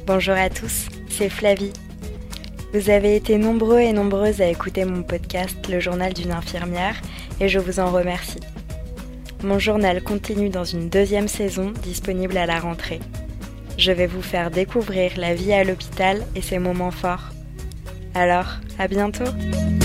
Bonjour à tous, c'est Flavie. Vous avez été nombreux et nombreuses à écouter mon podcast Le journal d'une infirmière et je vous en remercie. Mon journal continue dans une deuxième saison disponible à la rentrée. Je vais vous faire découvrir la vie à l'hôpital et ses moments forts. Alors, à bientôt!